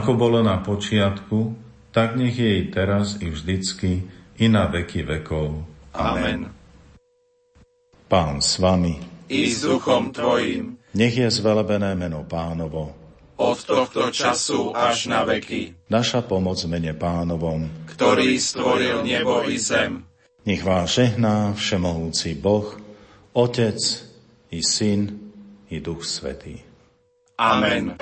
ako bolo na počiatku, tak nech je i teraz i vždycky, i na veky vekov. Amen. Pán s vami. I s duchom tvojim. Nech je zvelebené meno Pánovo. Od tohto času až na veky. Naša pomoc v mene Pánovom, ktorý stvoril nebo i zem. Nech vás žehná všemohúci Boh, Otec i Syn i Duch Svätý. Amen.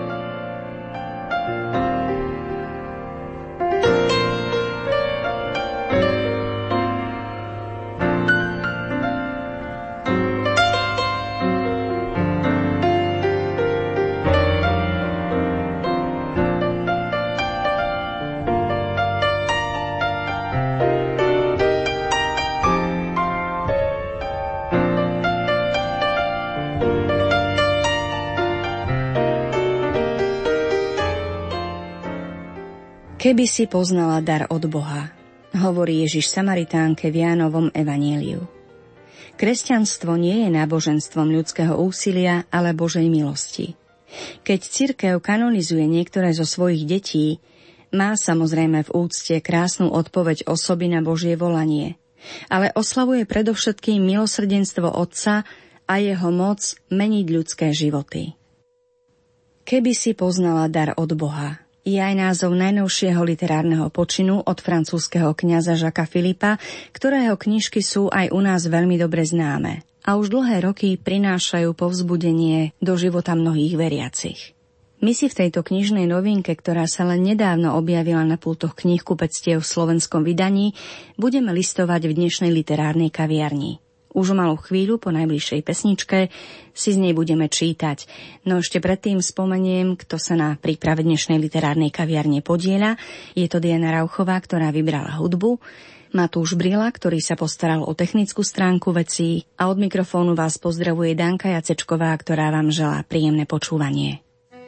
Keby si poznala dar od Boha, hovorí Ježiš Samaritánke v Jánovom evaníliu. Kresťanstvo nie je náboženstvom ľudského úsilia, ale Božej milosti. Keď cirkev kanonizuje niektoré zo svojich detí, má samozrejme v úcte krásnu odpoveď osoby na Božie volanie, ale oslavuje predovšetkým milosrdenstvo Otca a jeho moc meniť ľudské životy. Keby si poznala dar od Boha, je aj názov najnovšieho literárneho počinu od francúzskeho kňaza Žaka Filipa, ktorého knižky sú aj u nás veľmi dobre známe a už dlhé roky prinášajú povzbudenie do života mnohých veriacich. My si v tejto knižnej novinke, ktorá sa len nedávno objavila na pultoch kníhkupectiev v slovenskom vydaní, budeme listovať v dnešnej literárnej kaviarni. Už o malú chvíľu po najbližšej pesničke si z nej budeme čítať. No ešte predtým spomeniem, kto sa na príprave dnešnej literárnej kaviarne podieľa. Je to Diana Rauchová, ktorá vybrala hudbu, Matúš Brila, ktorý sa postaral o technickú stránku vecí a od mikrofónu vás pozdravuje Danka Jacečková, ktorá vám želá príjemné počúvanie.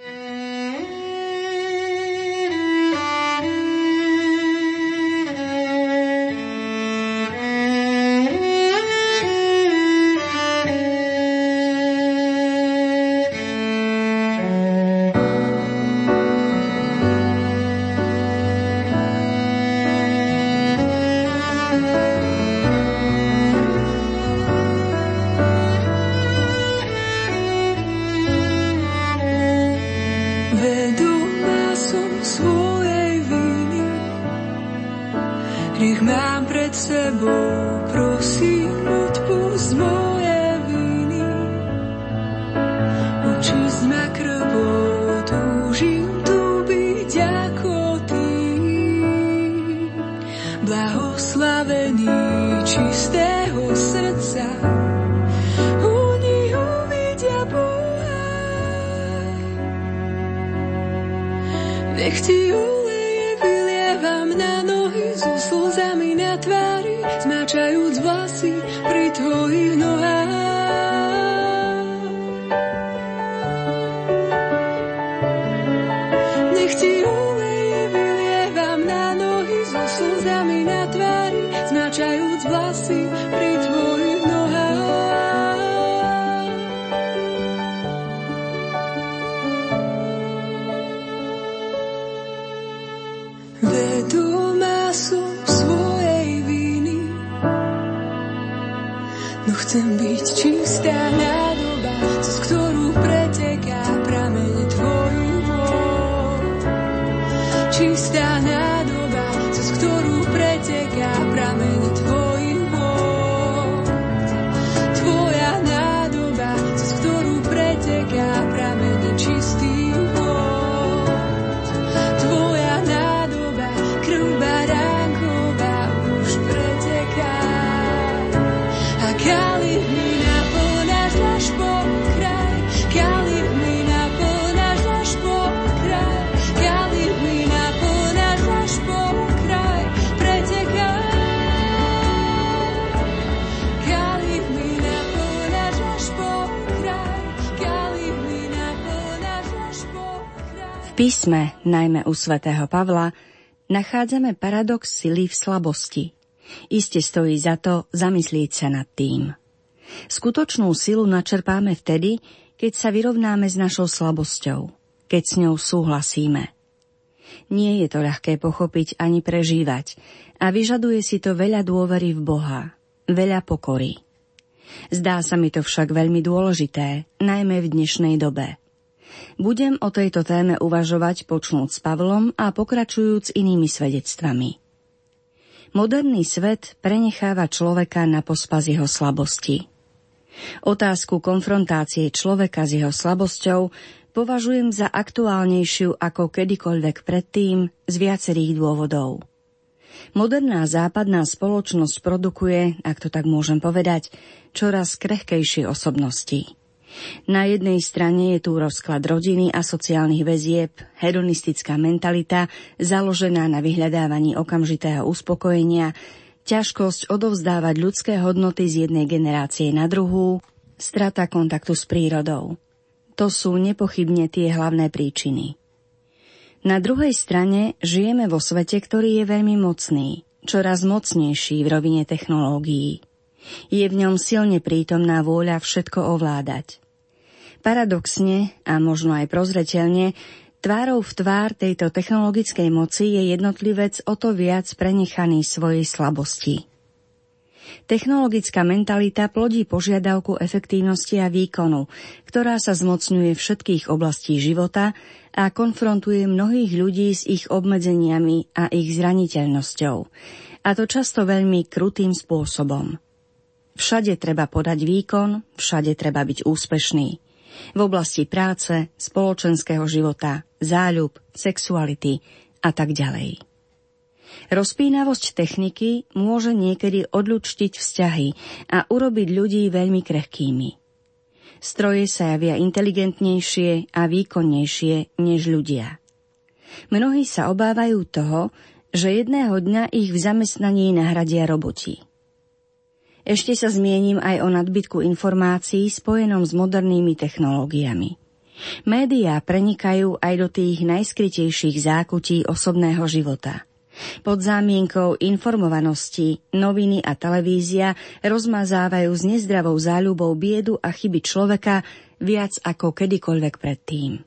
V písme, najmä u svätého Pavla, nachádzame paradox sily v slabosti. Iste stojí za to zamyslieť sa nad tým. Skutočnú silu načerpáme vtedy, keď sa vyrovnáme s našou slabosťou, keď s ňou súhlasíme. Nie je to ľahké pochopiť ani prežívať a vyžaduje si to veľa dôvery v Boha, veľa pokory. Zdá sa mi to však veľmi dôležité, najmä v dnešnej dobe. Budem o tejto téme uvažovať počnúc s Pavlom a pokračujúc inými svedectvami. Moderný svet prenecháva človeka na pospas jeho slabosti. Otázku konfrontácie človeka s jeho slabosťou považujem za aktuálnejšiu ako kedykoľvek predtým z viacerých dôvodov. Moderná západná spoločnosť produkuje, ak to tak môžem povedať, čoraz krehkejšie osobnosti. Na jednej strane je tu rozklad rodiny a sociálnych väzieb, hedonistická mentalita, založená na vyhľadávaní okamžitého uspokojenia, ťažkosť odovzdávať ľudské hodnoty z jednej generácie na druhú, strata kontaktu s prírodou. To sú nepochybne tie hlavné príčiny. Na druhej strane žijeme vo svete, ktorý je veľmi mocný, čoraz mocnejší v rovine technológií. Je v ňom silne prítomná vôľa všetko ovládať. Paradoxne a možno aj prozreteľne, tvárou v tvár tejto technologickej moci je jednotlivec o to viac prenechaný svojej slabosti. Technologická mentalita plodí požiadavku efektívnosti a výkonu, ktorá sa zmocňuje všetkých oblastí života a konfrontuje mnohých ľudí s ich obmedzeniami a ich zraniteľnosťou. A to často veľmi krutým spôsobom. Všade treba podať výkon, všade treba byť úspešný. V oblasti práce, spoločenského života, záľub, sexuality a tak ďalej. Rozpínavosť techniky môže niekedy odľučtiť vzťahy a urobiť ľudí veľmi krehkými. Stroje sa javia inteligentnejšie a výkonnejšie než ľudia. Mnohí sa obávajú toho, že jedného dňa ich v zamestnaní nahradia roboti. Ešte sa zmienim aj o nadbytku informácií spojenom s modernými technológiami. Médiá prenikajú aj do tých najskrytejších zákutí osobného života. Pod zámienkou informovanosti noviny a televízia rozmazávajú s nezdravou záľubou biedu a chyby človeka viac ako kedykoľvek predtým.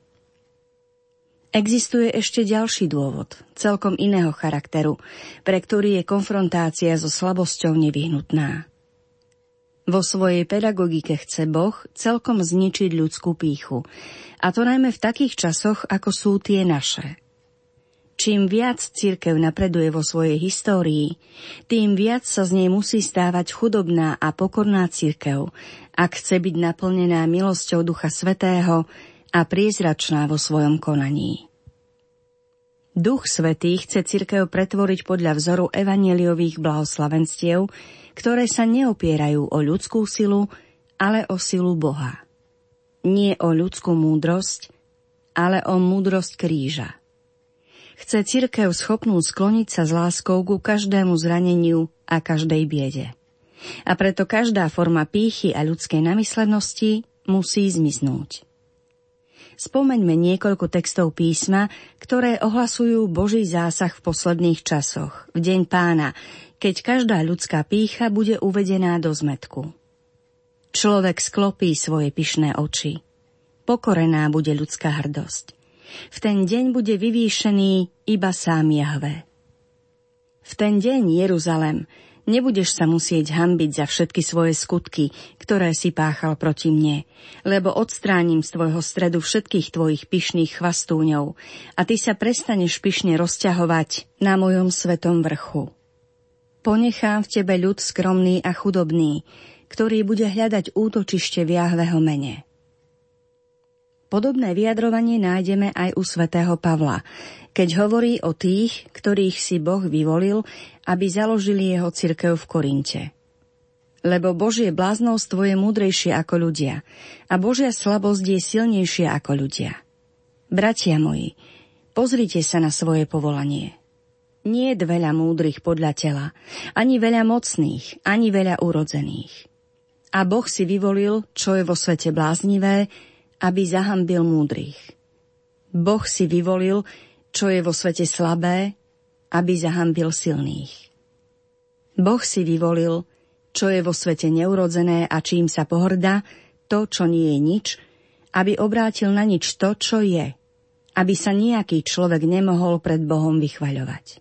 Existuje ešte ďalší dôvod, celkom iného charakteru, pre ktorý je konfrontácia so slabosťou nevyhnutná. Vo svojej pedagogike chce Boh celkom zničiť ľudskú pýchu, a to najmä v takých časoch, ako sú tie naše. Čím viac cirkev napreduje vo svojej histórii, tým viac sa z nej musí stávať chudobná a pokorná cirkev, ak chce byť naplnená milosťou Ducha Svätého a priezračná vo svojom konaní. Duch Svätý chce cirkev pretvoriť podľa vzoru evanjeliových blahoslavenstiev, ktoré sa neopierajú o ľudskú silu, ale o silu Boha. Nie o ľudskú múdrosť, ale o múdrosť kríža. Chce cirkev schopnú skloniť sa s láskou ku každému zraneniu a každej biede. A preto každá forma pýchy a ľudskej namyslenosti musí zmiznúť. Spomeňme niekoľko textov písma, ktoré ohlasujú Boží zásah v posledných časoch, v deň Pána, keď každá ľudská pýcha bude uvedená do zmätku. Človek sklopí svoje pyšné oči. Pokorená bude ľudská hrdosť. V ten deň bude vyvýšený iba sám Jahve. V ten deň, Jeruzalem, nebudeš sa musieť hanbiť za všetky svoje skutky, ktoré si páchal proti mne, lebo odstránim z tvojho stredu všetkých tvojich pyšných chvastúňov a ty sa prestaneš pyšne rozťahovať na mojom svetom vrchu. Ponechám v tebe ľud skromný a chudobný, ktorý bude hľadať útočište v Jahveho mene. Podobné vyjadrovanie nájdeme aj u svätého Pavla, keď hovorí o tých, ktorých si Boh vyvolil, aby založili jeho cirkev v Korinte. Lebo Božie bláznovstvo je múdrejšie ako ľudia a Božia slabosť je silnejšia ako ľudia. Bratia moji, pozrite sa na svoje povolanie. Nie je veľa múdrych podľa tela, ani veľa mocných, ani veľa urodzených. A Boh si vyvolil, čo je vo svete bláznivé, aby zahanbil múdrych. Boh si vyvolil, čo je vo svete slabé, aby zahanbil silných. Boh si vyvolil, čo je vo svete neurodzené a čím sa pohŕda, to, čo nie je nič, aby obrátil na nič to, čo je, aby sa nejaký človek nemohol pred Bohom vychvaľovať.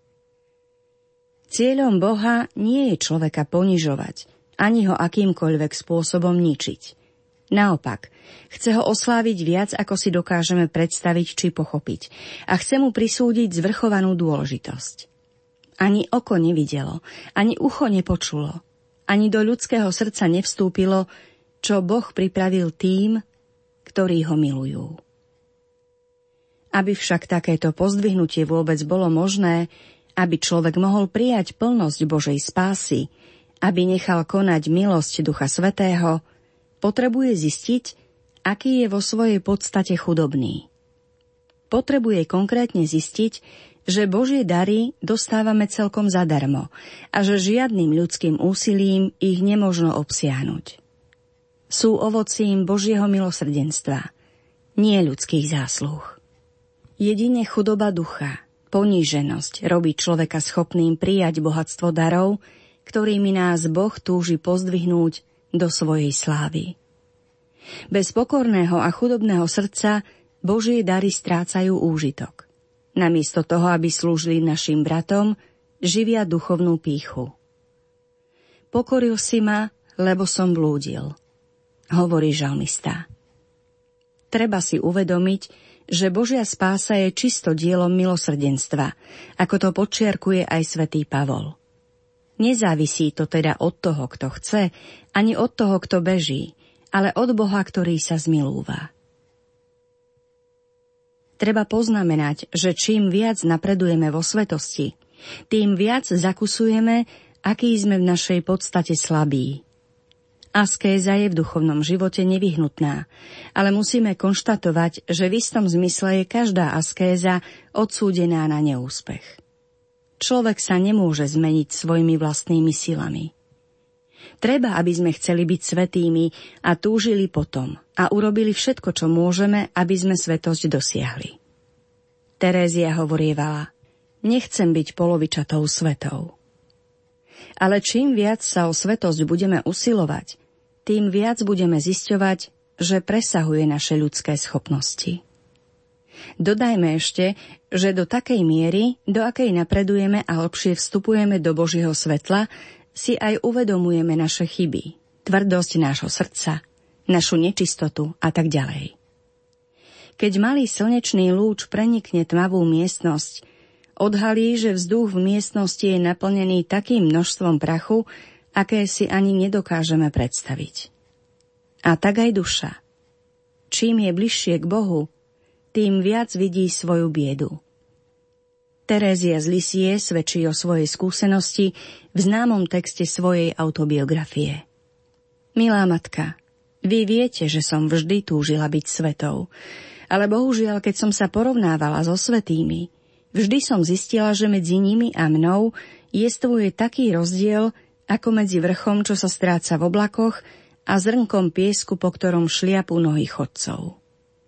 Cieľom Boha nie je človeka ponižovať, ani ho akýmkoľvek spôsobom ničiť. Naopak, chce ho osláviť viac, ako si dokážeme predstaviť či pochopiť, a chce mu prisúdiť zvrchovanú dôležitosť. Ani oko nevidelo, ani ucho nepočulo, ani do ľudského srdca nevstúpilo, čo Boh pripravil tým, ktorí ho milujú. Aby však takéto pozdvihnutie vôbec bolo možné, aby človek mohol prijať plnosť Božej spásy, aby nechal konať milosť Ducha Svätého, potrebuje zistiť, aký je vo svojej podstate chudobný. Potrebuje konkrétne zistiť, že Božie dary dostávame celkom zadarmo a že žiadnym ľudským úsilím ich nemožno obsiahnuť. Sú ovocím Božieho milosrdenstva, nie ľudských zásluh. Jedine chudoba ducha, poníženosť robí človeka schopným prijať bohatstvo darov, ktorými nás Boh túži pozdvihnúť do svojej slávy. Bez pokorného a chudobného srdca Božie dary strácajú úžitok. Namiesto toho, aby slúžili našim bratom, živia duchovnú pýchu. Pokoril si ma, lebo som blúdil, hovorí žalmista. Treba si uvedomiť, že Božia spása je čisto dielom milosrdenstva, ako to podčiarkuje aj svätý Pavol. Nezávisí to teda od toho, kto chce, ani od toho, kto beží, ale od Boha, ktorý sa zmilúva. Treba poznamenať, že čím viac napredujeme vo svetosti, tým viac zakusujeme, aký sme v našej podstate slabí. Askéza je v duchovnom živote nevyhnutná, ale musíme konštatovať, že v istom zmysle je každá askéza odsúdená na neúspech. Človek sa nemôže zmeniť svojimi vlastnými silami. Treba, aby sme chceli byť svätými a túžili potom a urobili všetko, čo môžeme, aby sme svätosť dosiahli. Terézia hovorievala: nechcem byť polovičatou svetou. Ale čím viac sa o svätosť budeme usilovať, tým viac budeme zisťovať, že presahuje naše ľudské schopnosti. Dodajme ešte, že do takej miery, do akej napredujeme a hlbšie vstupujeme do Božieho svetla, si aj uvedomujeme naše chyby, tvrdosť nášho srdca, našu nečistotu a tak ďalej. Keď malý slnečný lúč prenikne tmavú miestnosť, odhalí, že vzduch v miestnosti je naplnený takým množstvom prachu, aké si ani nedokážeme predstaviť. A tak aj duša. Čím je bližšie k Bohu, tým viac vidí svoju biedu. Terézia z Lisie svedčí o svojej skúsenosti v známom texte svojej autobiografie. Milá matka, vy viete, že som vždy túžila byť svetou, ale bohužiaľ, keď som sa porovnávala so svätými, vždy som zistila, že medzi nimi a mnou jestvuje taký rozdiel, ako medzi vrchom, čo sa stráca v oblakoch, a zrnkom piesku, po ktorom šliapu nohy chodcov.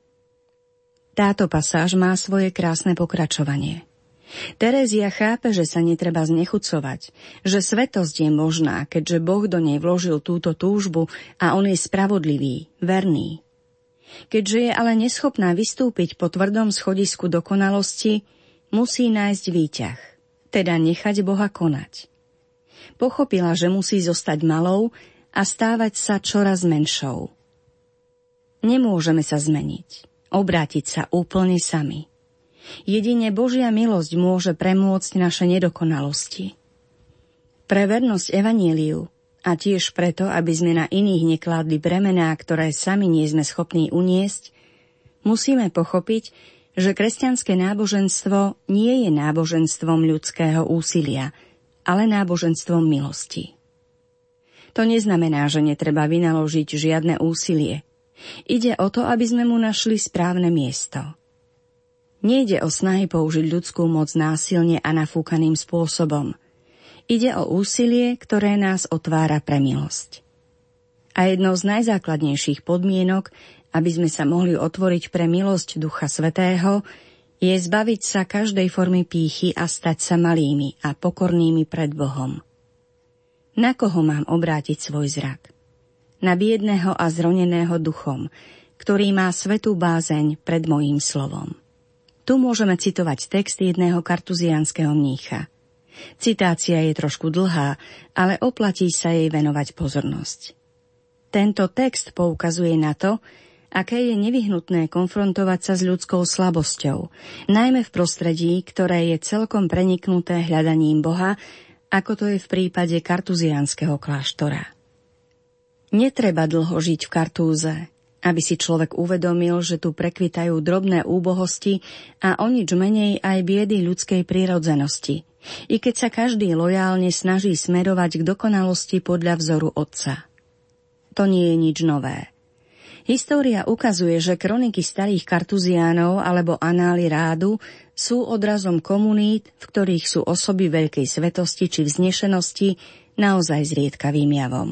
Táto pasáž má svoje krásne pokračovanie. Terézia chápe, že sa netreba znechucovať, že svätosť je možná, keďže Boh do nej vložil túto túžbu a on je spravodlivý, verný. Keďže je ale neschopná vystúpiť po tvrdom schodisku dokonalosti, musí nájsť výťah, teda nechať Boha konať. Pochopila, že musí zostať malou a stávať sa čoraz menšou. Nemôžeme sa zmeniť, obrátiť sa úplne sami. Jedine Božia milosť môže premôcť naše nedokonalosti. Pre vernosť evanjeliu a tiež preto, aby sme na iných nekládli bremená, ktoré sami nie sme schopní uniesť, musíme pochopiť, že kresťanské náboženstvo nie je náboženstvom ľudského úsilia, ale náboženstvom milosti. To neznamená, že netreba vynaložiť žiadne úsilie. Ide o to, aby sme mu našli správne miesto. Nejde o snahy použiť ľudskú moc násilne a nafúkaným spôsobom. Ide o úsilie, ktoré nás otvára pre milosť. A jednou z najzákladnejších podmienok, aby sme sa mohli otvoriť pre milosť Ducha Svätého, je zbaviť sa každej formy pýchy a stať sa malými a pokornými pred Bohom. Na koho mám obrátiť svoj zrak? Na biedného a zroneného duchom, ktorý má svätú bázeň pred mojím slovom. Tu môžeme citovať text jedného kartuziánskeho mnícha. Citácia je trošku dlhá, ale oplatí sa jej venovať pozornosť. Tento text poukazuje na to, aké je nevyhnutné konfrontovať sa s ľudskou slabosťou, najmä v prostredí, ktoré je celkom preniknuté hľadaním Boha, ako to je v prípade kartuziánskeho kláštora. Netreba dlho žiť v Kartúze, aby si človek uvedomil, že tu prekvitajú drobné úbohosti a o nič menej aj biedy ľudskej prirodzenosti, i keď sa každý lojálne snaží smerovať k dokonalosti podľa vzoru Otca. To nie je nič nové. História ukazuje, že kroniky starých kartuziánov alebo anály rádu sú odrazom komunít, v ktorých sú osoby veľkej svetosti či vznešenosti naozaj zriedkavým javom.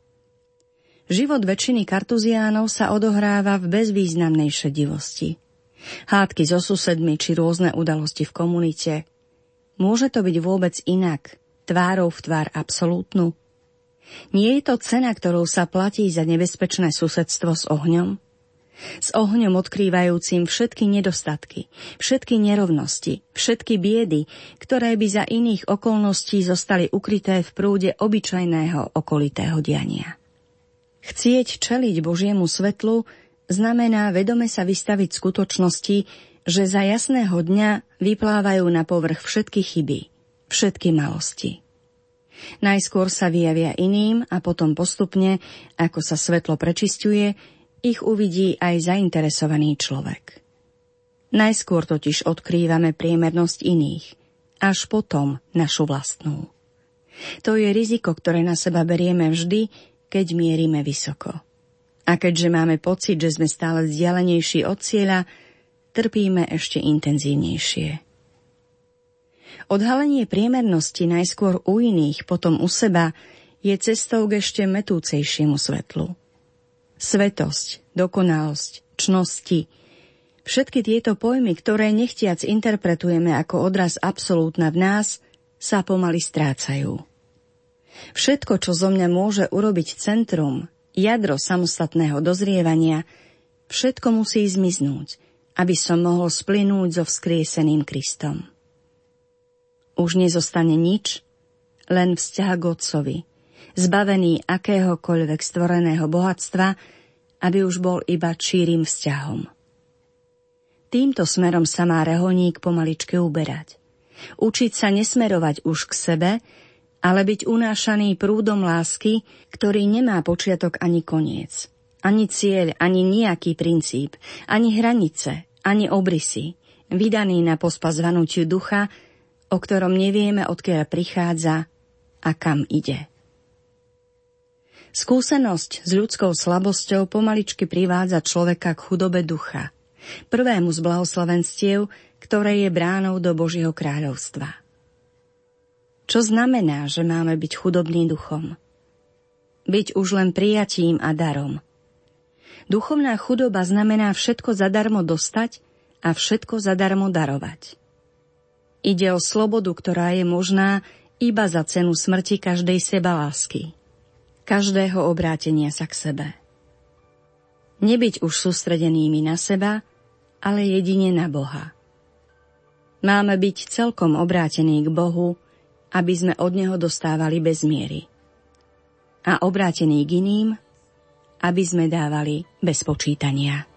Život väčšiny kartuziánov sa odohráva v bezvýznamnej šedivosti. Hádky so susedmi či rôzne udalosti v komunite. Môže to byť vôbec inak, tvárou v tvár absolútnu? Nie je to cena, ktorou sa platí za nebezpečné susedstvo s ohňom? S ohňom odkrývajúcim všetky nedostatky, všetky nerovnosti, všetky biedy, ktoré by za iných okolností zostali ukryté v prúde obyčajného okolitého diania. Chcieť čeliť Božiemu svetlu znamená vedome sa vystaviť skutočnosti, že za jasného dňa vyplávajú na povrch všetky chyby, všetky malosti. Najskôr sa vyjavia iným a potom postupne, ako sa svetlo prečisťuje, ich uvidí aj zainteresovaný človek. Najskôr totiž odkrývame priemernosť iných, až potom našu vlastnú. To je riziko, ktoré na seba berieme vždy, keď mierime vysoko. A keďže máme pocit, že sme stále vzdialenejší od cieľa, trpíme ešte intenzívnejšie. Odhalenie priemernosti najskôr u iných, potom u seba, je cestou k ešte metúcejšiemu svetlu. Svetosť, dokonalosť, čnosti, všetky tieto pojmy, ktoré nechtiac interpretujeme ako odraz absolútna v nás, sa pomaly strácajú. Všetko, čo zo mňa môže urobiť centrum, jadro samostatného dozrievania, všetko musí zmiznúť, aby som mohol splynúť so vzkrieseným Kristom. Už nezostane nič, len vzťah k Otcovi, zbavený akéhokoľvek stvoreného bohatstva, aby už bol iba čírym vzťahom. Týmto smerom sa má reholník pomaličky uberať. Učiť sa nesmerovať už k sebe, ale byť unášaný prúdom lásky, ktorý nemá počiatok ani koniec, ani cieľ, ani nejaký princíp, ani hranice, ani obrysy, vydaný na pospas vanutiu ducha, o ktorom nevieme, odkiaľ prichádza a kam ide. Skúsenosť s ľudskou slabosťou pomaličky privádza človeka k chudobe ducha, prvému z blahoslavenstiev, ktoré je bránou do Božieho kráľovstva. Čo znamená, že máme byť chudobní duchom? Byť už len prijatím a darom. Duchovná chudoba znamená všetko zadarmo dostať a všetko zadarmo darovať. Ide o slobodu, ktorá je možná iba za cenu smrti každej sebalásky, každého obrátenia sa k sebe. Nebyť už sústredenými na seba, ale jedine na Boha. Máme byť celkom obrátení k Bohu, aby sme od Neho dostávali bez miery. A obrátení k iným, aby sme dávali bez počítania.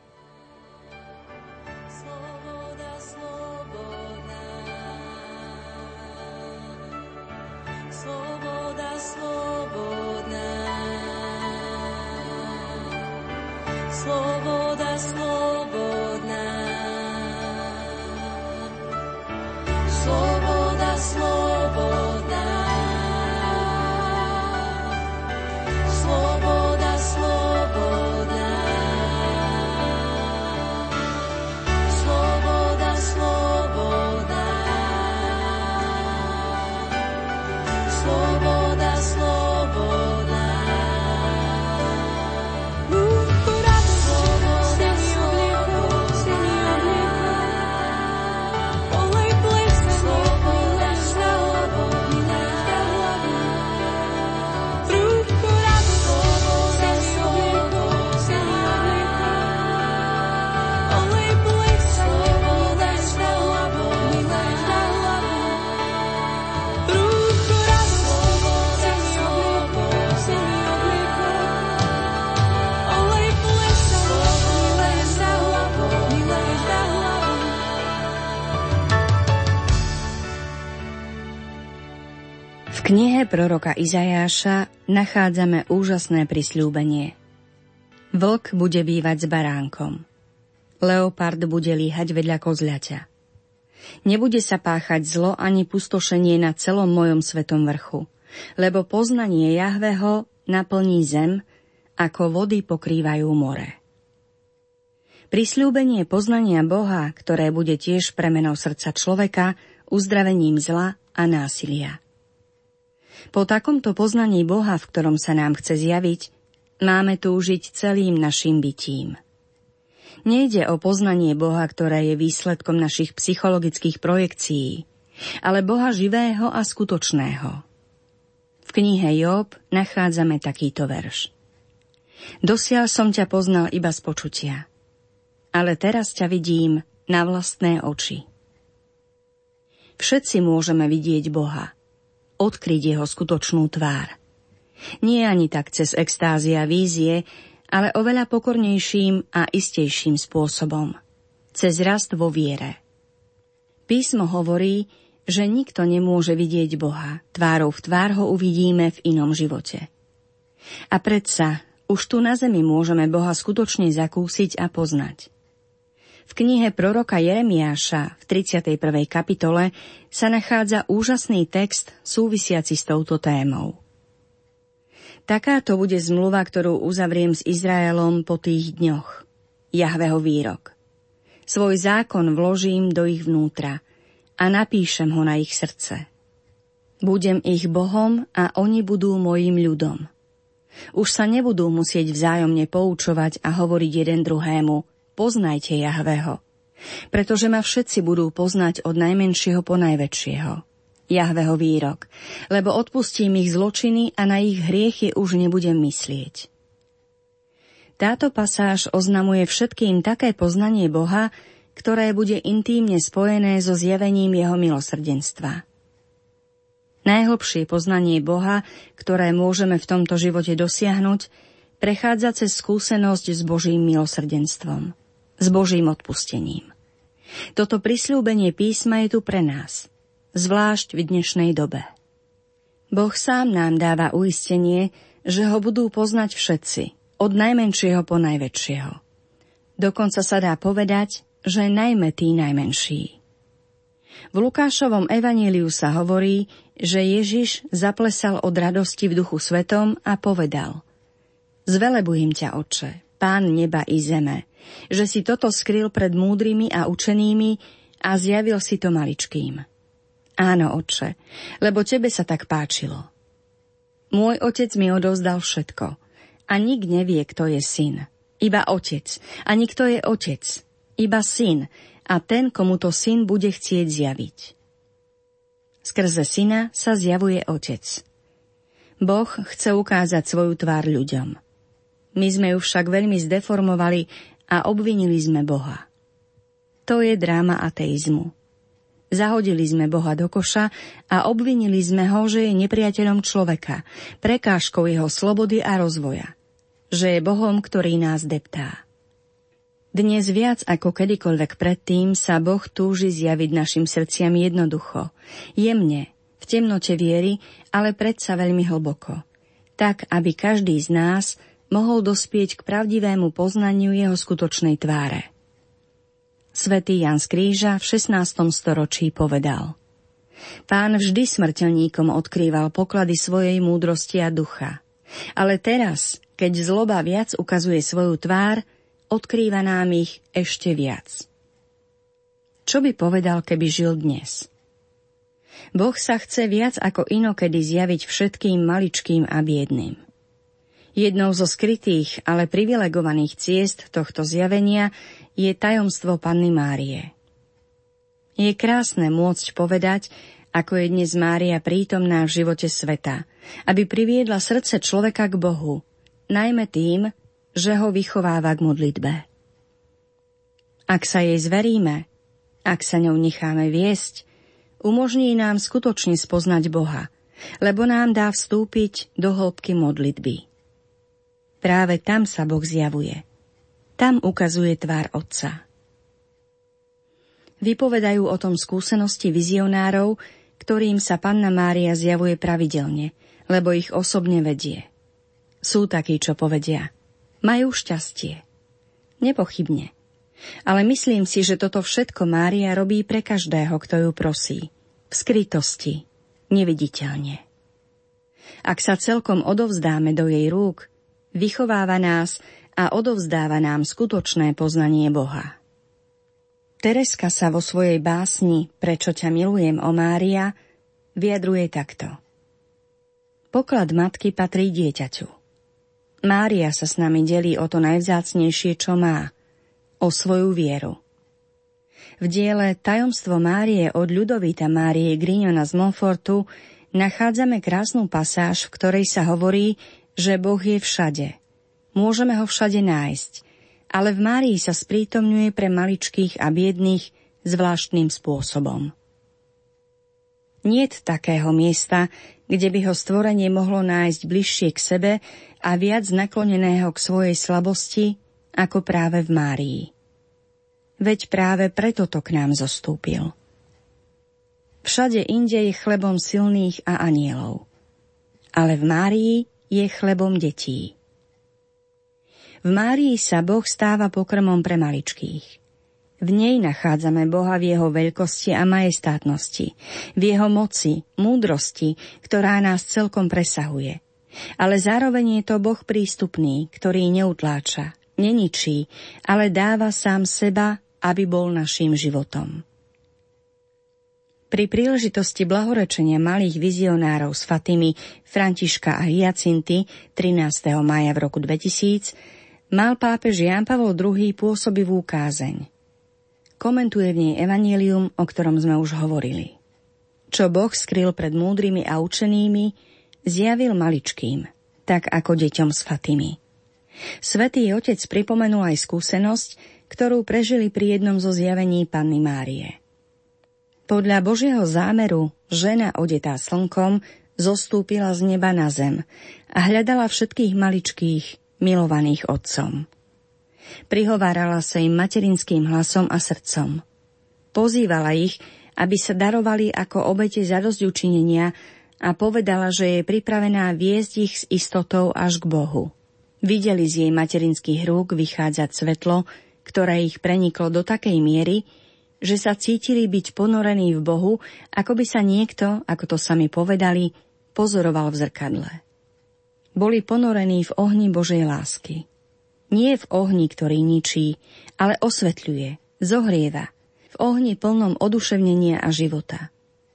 knihe proroka Izajáša nachádzame úžasné prisľúbenie. Vlk bude bývať s baránkom. Leopard bude líhať vedľa kozľaťa. Nebude sa páchať zlo ani pustošenie na celom mojom svetom vrchu, lebo poznanie Jahveho naplní zem, ako vody pokrývajú more. Prisľúbenie poznania Boha, ktoré bude tiež premenou srdca človeka, uzdravením zla a násilia. Po takomto poznaní Boha, v ktorom sa nám chce zjaviť, máme túžiť celým našim bytím. Nejde o poznanie Boha, ktoré je výsledkom našich psychologických projekcií, ale Boha živého a skutočného. V knihe Job nachádzame takýto verš. Dosiaľ som ťa poznal iba z počutia, ale teraz ťa vidím na vlastné oči. Všetci môžeme vidieť Boha, odkryť jeho skutočnú tvár. Nie ani tak cez extázy a vízie, ale oveľa pokornejším a istejším spôsobom, cez rast vo viere. Písmo hovorí, že nikto nemôže vidieť Boha, tvárou v tvár ho uvidíme v inom živote. A predsa, už tu na zemi môžeme Boha skutočne zakúsiť a poznať. V knihe proroka Jeremiáša v 31. kapitole sa nachádza úžasný text súvisiaci s touto témou. Takáto bude zmluva, ktorú uzavriem s Izraelom po tých dňoch. Jahveho výrok. Svoj zákon vložím do ich vnútra a napíšem ho na ich srdce. Budem ich Bohom a oni budú mojím ľudom. Už sa nebudú musieť vzájomne poučovať a hovoriť jeden druhému: poznajte Jahveho, pretože ma všetci budú poznať od najmenšieho po najväčšieho. Jahveho výrok, lebo odpustím ich zločiny a na ich hriechy už nebudem myslieť. Táto pasáž oznamuje všetkým také poznanie Boha, ktoré bude intímne spojené so zjavením jeho milosrdenstva. Najhlbšie poznanie Boha, ktoré môžeme v tomto živote dosiahnuť, prechádza cez skúsenosť s Božím milosrdenstvom, s Božím odpustením. Toto prisľúbenie písma je tu pre nás, zvlášť v dnešnej dobe. Boh sám nám dáva uistenie, že ho budú poznať všetci, od najmenšieho po najväčšieho. Dokonca sa dá povedať, že najmä tí najmenší. V Lukášovom evaníliu sa hovorí, že Ježiš zaplesal od radosti v Duchu Svetom a povedal: Zvelebujem ťa, Otče, Pán neba i zeme, že si toto skryl pred múdrymi a učenými a zjavil si to maličkým. Áno, Otče, lebo tebe sa tak páčilo. Môj otec mi odovzdal všetko a nik nevie, kto je syn, iba otec, ani kto je otec, iba syn a ten, komu to syn bude chcieť zjaviť. Skrze syna sa zjavuje otec. Boh chce ukázať svoju tvár ľuďom. My sme ju však veľmi zdeformovali a obvinili sme Boha. To je dráma ateizmu. Zahodili sme Boha do koša a obvinili sme ho, že je nepriateľom človeka, prekážkou jeho slobody a rozvoja, že je Bohom, ktorý nás deptá. Dnes viac ako kedykoľvek predtým sa Boh túži zjaviť našim srdciam jednoducho, jemne, v temnote viery, ale predsa veľmi hlboko, tak aby každý z nás mohol dospieť k pravdivému poznaniu jeho skutočnej tváre. Svätý Ján z Kríža v 16. storočí povedal: Pán vždy smrteľníkom odkrýval poklady svojej múdrosti a ducha, ale teraz, keď zloba viac ukazuje svoju tvár, odkrýva nám ich ešte viac. Čo by povedal, keby žil dnes? Boh sa chce viac ako inokedy zjaviť všetkým maličkým a biedným. Jednou zo skrytých, ale privilegovaných ciest tohto zjavenia je tajomstvo Panny Márie. Je krásne môcť povedať, ako je dnes Mária prítomná v živote sveta, aby priviedla srdce človeka k Bohu, najmä tým, že ho vychováva k modlitbe. Ak sa jej zveríme, ak sa ňou necháme viesť, umožní nám skutočne spoznať Boha, lebo nám dá vstúpiť do hĺbky modlitby. Práve tam sa Boh zjavuje. Tam ukazuje tvár Otca. Vypovedajú o tom skúsenosti vizionárov, ktorým sa Panna Mária zjavuje pravidelne, lebo ich osobne vedie. Sú takí, čo povedia: majú šťastie. Nepochybne. Ale myslím si, že toto všetko Mária robí pre každého, kto ju prosí. V skrytosti, neviditeľne. Ak sa celkom odovzdáme do jej rúk, vychováva nás a odovzdáva nám skutočné poznanie Boha. Tereska sa vo svojej básni Prečo ťa milujem, o Mária vyjadruje takto. Poklad matky patrí dieťaťu. Mária sa s nami delí o to najvzácnejšie, čo má, o svoju vieru. V diele Tajomstvo Márie od Ľudovita Márie Grignona z Montfortu nachádzame krásnu pasáž, v ktorej sa hovorí, že Boh je všade. Môžeme ho všade nájsť, ale v Márii sa sprítomňuje pre maličkých a biedných zvláštnym spôsobom. Niet takého miesta, kde by ho stvorenie mohlo nájsť bližšie k sebe a viac nakloneného k svojej slabosti, ako práve v Márii. Veď práve preto to k nám zostúpil. Všade inde je chlebom silných a anielov, ale v Márii je chlebom detí. V Márii sa Boh stáva pokrmom pre maličkých. V nej nachádzame Boha v jeho veľkosti a majestátnosti, v jeho moci, múdrosti, ktorá nás celkom presahuje. Ale zároveň je to Boh prístupný, ktorý neutláča, neničí, ale dáva sám seba, aby bol naším životom. Pri príležitosti blahorečenia malých vizionárov s Fatimy Františka a Hyacinty 13. mája v roku 2000 mal pápež Ján Pavol II pôsobivú kázeň. Komentuje v nej evanjelium, o ktorom sme už hovorili. Čo Boh skryl pred múdrymi a učenými, zjavil maličkým, tak ako deťom z Fatimy. Svätý Otec pripomenul aj skúsenosť, ktorú prežili pri jednom zo zjavení Panny Márie. Podľa Božieho zámeru žena odetá slnkom zostúpila z neba na zem a hľadala všetkých maličkých, milovaných Otcom. Prihovárala sa im materinským hlasom a srdcom. Pozývala ich, aby sa darovali ako obete zadosťučinenia a povedala, že je pripravená viesť ich s istotou až k Bohu. Videli z jej materinských rúk vychádzať svetlo, ktoré ich preniklo do takej miery, že sa cítili byť ponorení v Bohu, ako by sa niekto, ako to sami povedali, pozoroval v zrkadle. Boli ponorení v ohni Božej lásky. Nie v ohni, ktorý ničí, ale osvetľuje, zohrieva, v ohni plnom oduševnenia a života.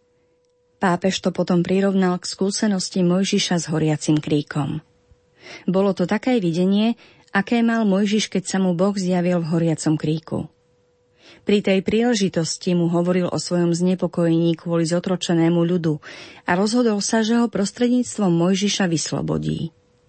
Pápež to potom prirovnal k skúsenosti Mojžiša s horiacim kríkom. Bolo to také videnie, aké mal Mojžiš, keď sa mu Boh zjavil v horiacom kríku. Pri tej príležitosti mu hovoril o svojom znepokojení kvôli zotročenému ľudu a rozhodol sa, že ho prostredníctvom Mojžiša vyslobodí.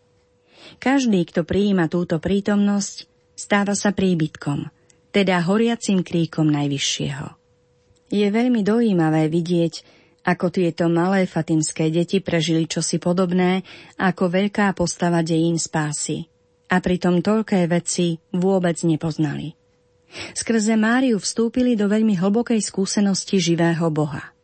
Každý, kto prijíma túto prítomnosť, stáva sa príbytkom, teda horiacim kríkom Najvyššieho. Je veľmi dojímavé vidieť, ako tieto malé fatimské deti prežili čosi podobné ako veľká postava dejín spásy a pritom toľké veci vôbec nepoznali. Skrze Máriu vstúpili do veľmi hlbokej skúsenosti živého Boha.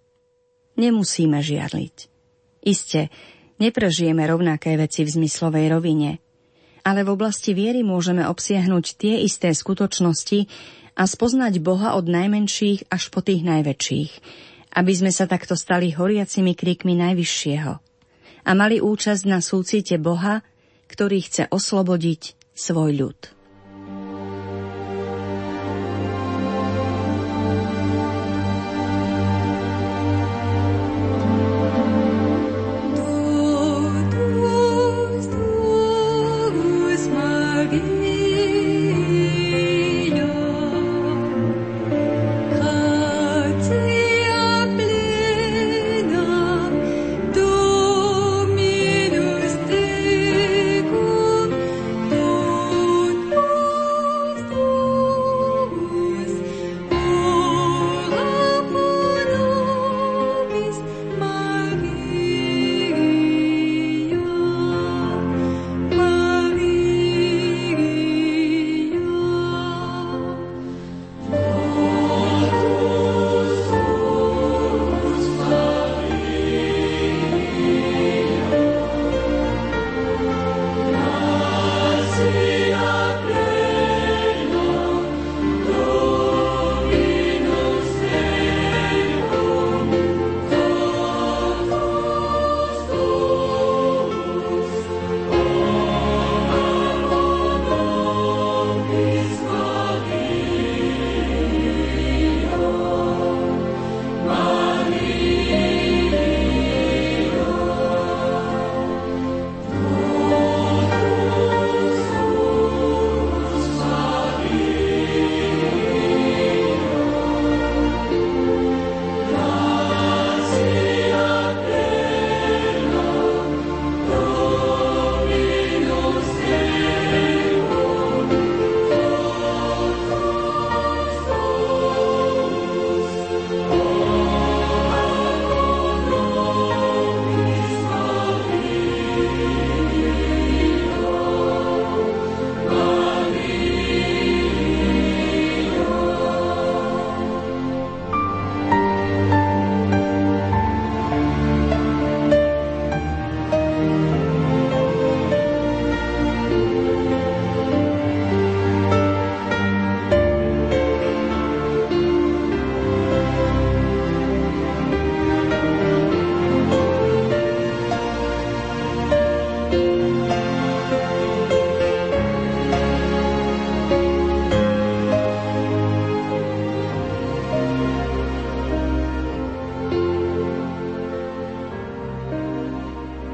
Nemusíme žiarliť. Iste, neprežijeme rovnaké veci v zmyslovej rovine, ale v oblasti viery môžeme obsiahnuť tie isté skutočnosti a spoznať Boha od najmenších až po tých najväčších, aby sme sa takto stali horiacimi krikmi Najvyššieho a mali účasť na súcite Boha, ktorý chce oslobodiť svoj ľud.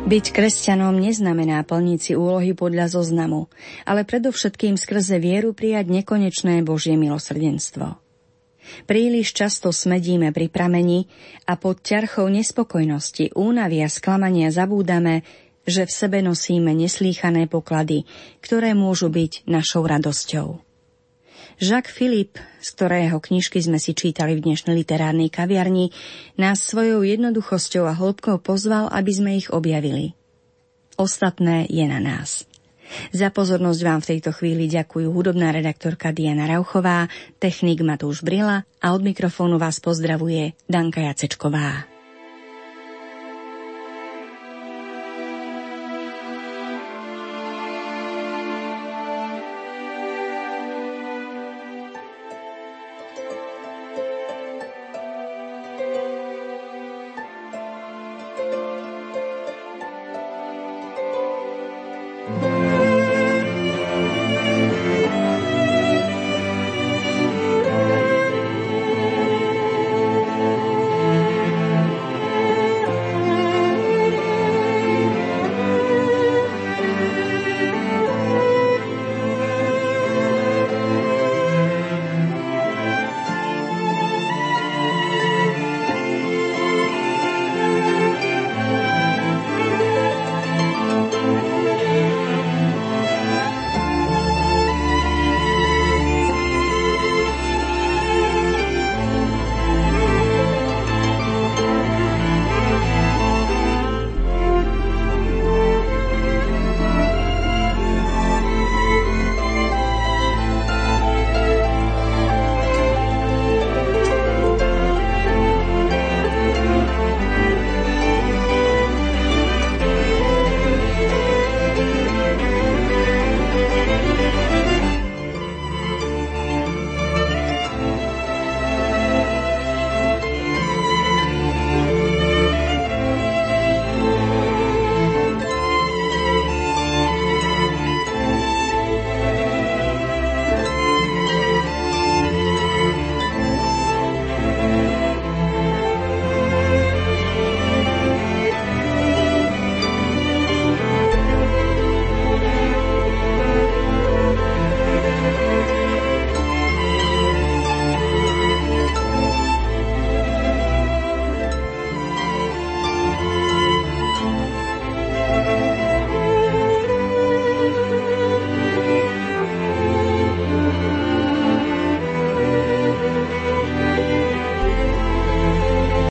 Byť kresťanom neznamená plniť si úlohy podľa zoznamu, ale predovšetkým skrze vieru prijať nekonečné Božie milosrdenstvo. Príliš často smedíme pri prameni a pod ťarchou nespokojnosti, únavy a sklamania zabúdame, že v sebe nosíme neslýchané poklady, ktoré môžu byť našou radosťou. Jacques Philippe, z ktorého knižky sme si čítali v dnešnej literárnej kaviarni, nás svojou jednoduchosťou a hĺbkou pozval, aby sme ich objavili. Ostatné je na nás. Za pozornosť vám v tejto chvíli ďakujú hudobná redaktorka Diana Rauchová, technik Matúš Brila a od mikrofónu vás pozdravuje Danka Jacečková.